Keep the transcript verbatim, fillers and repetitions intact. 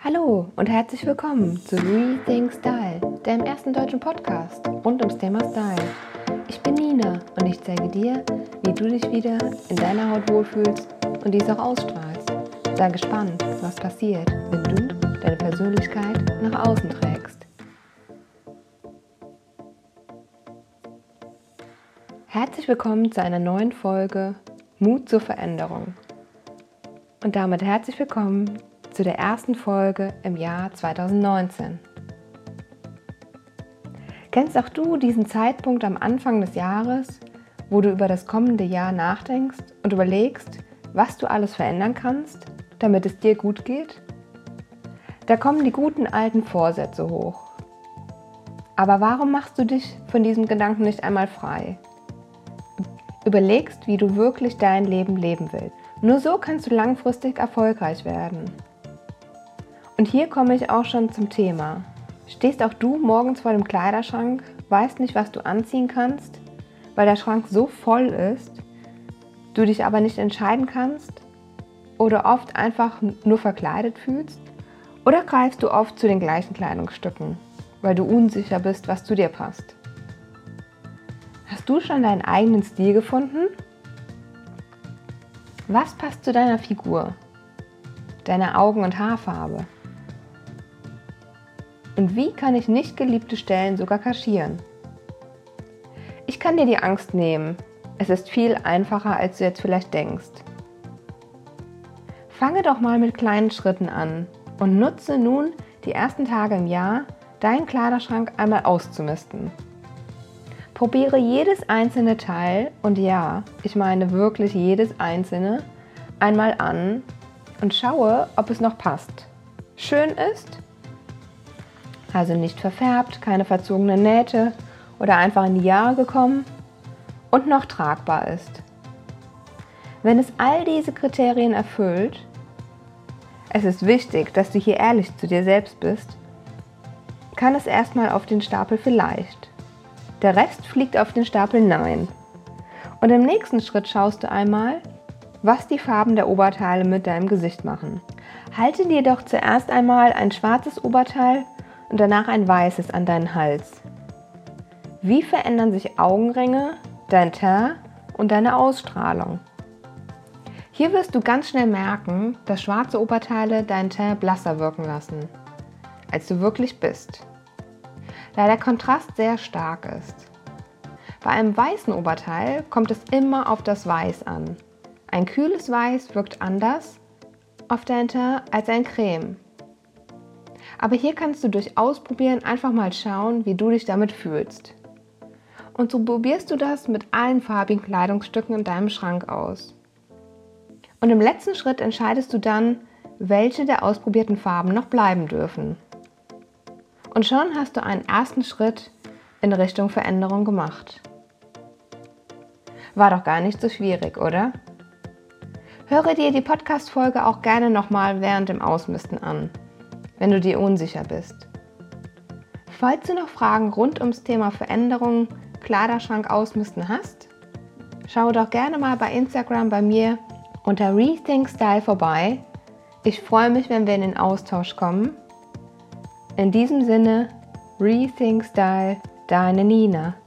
Hallo und herzlich willkommen zu Rethink Style, dem ersten deutschen Podcast rund ums Thema Style. Ich bin Nina und ich zeige dir, wie du dich wieder in deiner Haut wohlfühlst und dies auch ausstrahlst. Sei gespannt, was passiert, wenn du deine Persönlichkeit nach außen trägst. Herzlich willkommen zu einer neuen Folge Mut zur Veränderung. Und damit herzlich willkommen zu der ersten Folge im Jahr zweitausendneunzehn. Kennst auch du diesen Zeitpunkt am Anfang des Jahres, wo du über das kommende Jahr nachdenkst und überlegst, was du alles verändern kannst, damit es dir gut geht? Da kommen die guten alten Vorsätze hoch. Aber warum machst du dich von diesem Gedanken nicht einmal frei? Überlegst, wie du wirklich dein Leben leben willst. Nur so kannst du langfristig erfolgreich werden. Und hier komme ich auch schon zum Thema. Stehst auch du morgens vor dem Kleiderschrank, weißt nicht, was du anziehen kannst, weil der Schrank so voll ist, du dich aber nicht entscheiden kannst oder oft einfach nur verkleidet fühlst? Oder greifst du oft zu den gleichen Kleidungsstücken, weil du unsicher bist, was zu dir passt? Hast du schon deinen eigenen Stil gefunden? Was passt zu deiner Figur, deiner Augen- und Haarfarbe? Und wie kann ich nicht geliebte Stellen sogar kaschieren? Ich kann dir die Angst nehmen. Es ist viel einfacher, als du jetzt vielleicht denkst. Fange doch mal mit kleinen Schritten an und nutze nun die ersten Tage im Jahr, deinen Kleiderschrank einmal auszumisten. Probiere jedes einzelne Teil, und ja, ich meine wirklich jedes einzelne, einmal an und schaue, ob es noch passt. Schön ist, also nicht verfärbt, keine verzogenen Nähte oder einfach in die Jahre gekommen und noch tragbar ist. Wenn es all diese Kriterien erfüllt, es ist wichtig, dass du hier ehrlich zu dir selbst bist, kann es erstmal auf den Stapel vielleicht. Der Rest fliegt auf den Stapel Nein. Und im nächsten Schritt schaust du einmal, was die Farben der Oberteile mit deinem Gesicht machen. Halte dir doch zuerst einmal ein schwarzes Oberteil und danach ein weißes an deinen Hals. Wie verändern sich Augenringe, dein Teint und deine Ausstrahlung? Hier wirst du ganz schnell merken, dass schwarze Oberteile dein Teint blasser wirken lassen, als du wirklich bist, da der Kontrast sehr stark ist. Bei einem weißen Oberteil kommt es immer auf das Weiß an. Ein kühles Weiß wirkt anders auf dein Teint als ein Creme. Aber hier kannst du durch Ausprobieren einfach mal schauen, wie du dich damit fühlst. Und so probierst du das mit allen farbigen Kleidungsstücken in deinem Schrank aus. Und im letzten Schritt entscheidest du dann, welche der ausprobierten Farben noch bleiben dürfen. Und schon hast du einen ersten Schritt in Richtung Veränderung gemacht. War doch gar nicht so schwierig, oder? Höre dir die Podcast-Folge auch gerne nochmal während dem Ausmisten an, wenn du dir unsicher bist. Falls du noch Fragen rund ums Thema Veränderung, Kleiderschrank ausmisten hast, schau doch gerne mal bei Instagram bei mir unter Rethink Style vorbei. Ich freue mich, wenn wir in den Austausch kommen. In diesem Sinne, Rethink Style, deine Nina.